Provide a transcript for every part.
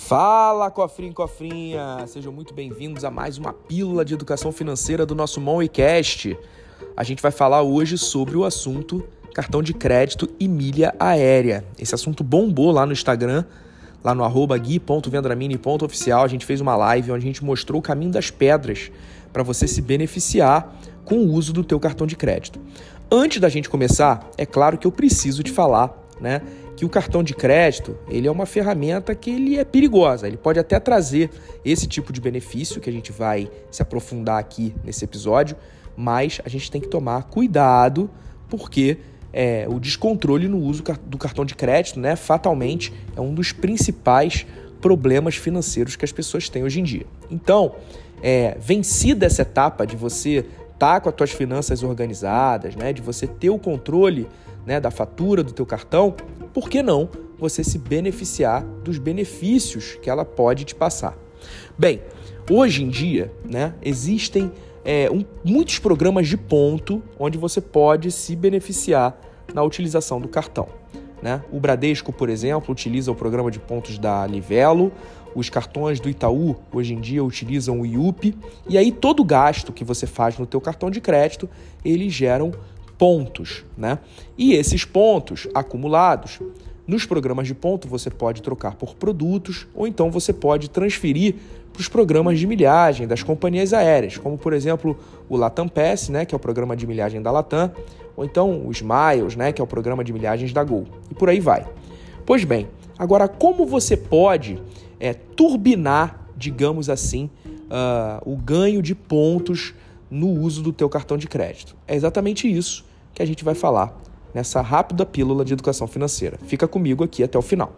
Fala, cofrinho e cofrinha! Sejam muito bem-vindos a mais uma pílula de educação financeira do nosso MoneyCast. A gente vai falar hoje sobre o assunto cartão de crédito e milha aérea. Esse assunto bombou lá no Instagram, lá no @gui.vendramini.oficial. A gente fez uma live onde a gente mostrou o caminho das pedras para você se beneficiar com o uso do teu cartão de crédito. Antes da gente começar, é claro que eu preciso te falar, que o cartão de crédito, ele é uma ferramenta que ele é perigosa. Ele pode até trazer esse tipo de benefício que a gente vai se aprofundar aqui nesse episódio, mas a gente tem que tomar cuidado porque o descontrole no uso do cartão de crédito, fatalmente, é um dos principais problemas financeiros que as pessoas têm hoje em dia. Então, vencida essa etapa de você estar com as tuas finanças organizadas, de você ter o controle da fatura do teu cartão, por que não você se beneficiar dos benefícios que ela pode te passar? Bem, hoje em dia, existem muitos programas de ponto onde você pode se beneficiar na utilização do cartão. O Bradesco, por exemplo, utiliza o programa de pontos da Livelo, os cartões do Itaú, hoje em dia, utilizam o IUP, e aí todo gasto que você faz no teu cartão de crédito, eles geram pontos, E esses pontos acumulados, nos programas de ponto você pode trocar por produtos ou então você pode transferir para os programas de milhagem das companhias aéreas, como por exemplo o Latam Pass, que é o programa de milhagem da Latam, ou então o Smiles, que é o programa de milhagens da Gol, e por aí vai. Pois bem, agora como você pode turbinar, digamos assim, o ganho de pontos no uso do teu cartão de crédito? É exatamente isso que a gente vai falar nessa rápida pílula de educação financeira. Fica comigo aqui até o final.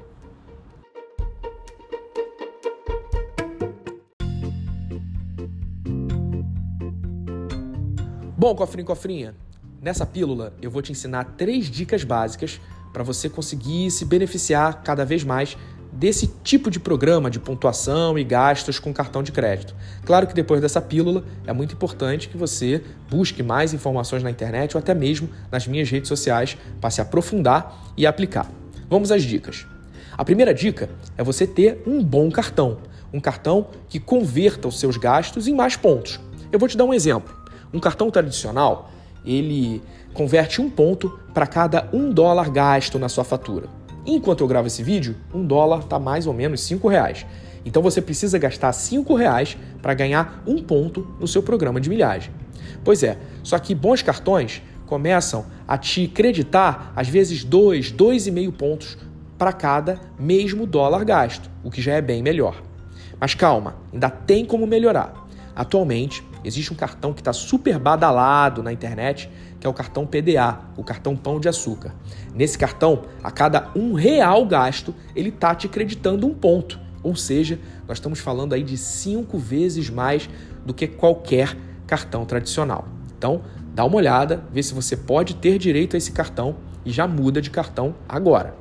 Bom, cofrinho e cofrinha, nessa pílula eu vou te ensinar 3 dicas básicas para você conseguir se beneficiar cada vez mais desse tipo de programa de pontuação e gastos com cartão de crédito. Claro que depois dessa pílula é muito importante que você busque mais informações na internet ou até mesmo nas minhas redes sociais para se aprofundar e aplicar. Vamos às dicas. A primeira dica é você ter um bom cartão, um cartão que converta os seus gastos em mais pontos. Eu vou te dar um exemplo. Um cartão tradicional, ele converte 1 ponto para cada $1 gasto na sua fatura. Enquanto eu gravo esse vídeo, $1 está mais ou menos R$5. Então você precisa gastar R$5 para ganhar 1 ponto no seu programa de milhagem. Pois é, só que bons cartões começam a te creditar, às vezes 2,5 pontos para cada mesmo dólar gasto, o que já é bem melhor. Mas calma, ainda tem como melhorar. Atualmente, existe um cartão que está super badalado na internet, que é o cartão PDA, o cartão Pão de Açúcar. Nesse cartão, a cada R$1 gasto, ele está te creditando 1 ponto. Ou seja, nós estamos falando aí de 5 vezes mais do que qualquer cartão tradicional. Então, dá uma olhada, vê se você pode ter direito a esse cartão e já muda de cartão agora.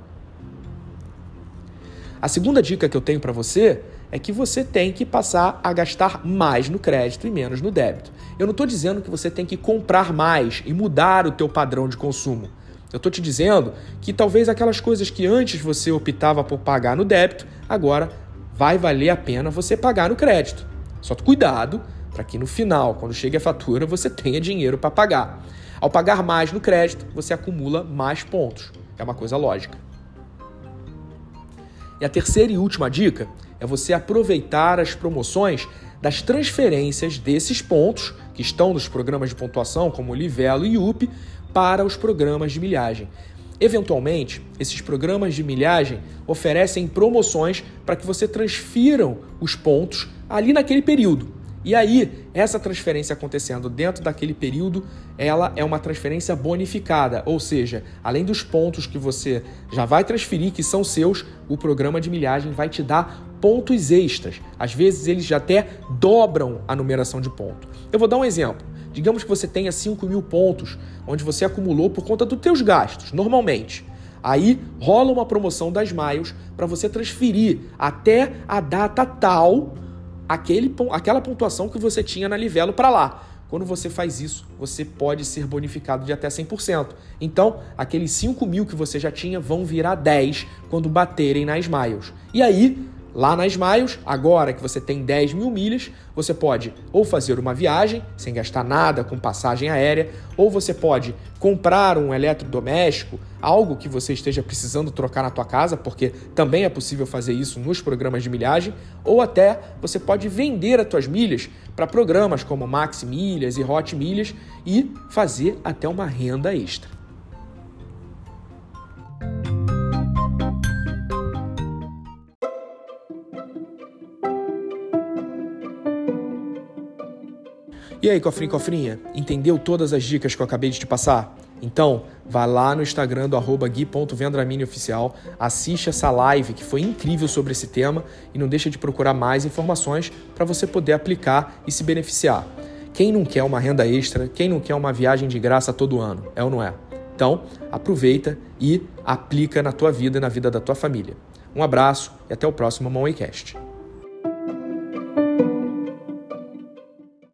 A segunda dica que eu tenho para você é que você tem que passar a gastar mais no crédito e menos no débito. Eu não estou dizendo que você tem que comprar mais e mudar o teu padrão de consumo. Eu estou te dizendo que talvez aquelas coisas que antes você optava por pagar no débito, agora vai valer a pena você pagar no crédito. Só cuidado para que no final, quando chegue a fatura, você tenha dinheiro para pagar. Ao pagar mais no crédito, você acumula mais pontos. É uma coisa lógica. E a terceira e última dica é você aproveitar as promoções das transferências desses pontos que estão nos programas de pontuação, como Livelo e IUP, para os programas de milhagem. Eventualmente, esses programas de milhagem oferecem promoções para que você transfiram os pontos ali naquele período. E aí, essa transferência acontecendo dentro daquele período, ela é uma transferência bonificada, ou seja, além dos pontos que você já vai transferir, que são seus, o programa de milhagem vai te dar pontos extras. Às vezes, eles já até dobram a numeração de ponto. Eu vou dar um exemplo. Digamos que você tenha 5.000 pontos, onde você acumulou por conta dos teus gastos, normalmente. Aí, rola uma promoção das Miles para você transferir até a data tal aquela pontuação que você tinha na Livelo para lá. Quando você faz isso, você pode ser bonificado de até 100%. Então, aqueles 5.000 que você já tinha vão virar 10 quando baterem na Smiles. E aí, Lá na Smiles, agora que você tem 10 mil milhas, você pode ou fazer uma viagem, sem gastar nada com passagem aérea, ou você pode comprar um eletrodoméstico, algo que você esteja precisando trocar na tua casa, porque também é possível fazer isso nos programas de milhagem, ou até você pode vender as tuas milhas para programas como Max Milhas e Hot Milhas e fazer até uma renda extra. E aí, cofrinha, entendeu todas as dicas que eu acabei de te passar? Então, vai lá no Instagram do @gui.vendraminioficial, assiste essa live que foi incrível sobre esse tema e não deixa de procurar mais informações para você poder aplicar e se beneficiar. Quem não quer uma renda extra? Quem não quer uma viagem de graça todo ano? É ou não é? Então, aproveita e aplica na tua vida e na vida da tua família. Um abraço e até o próximo Moneycast.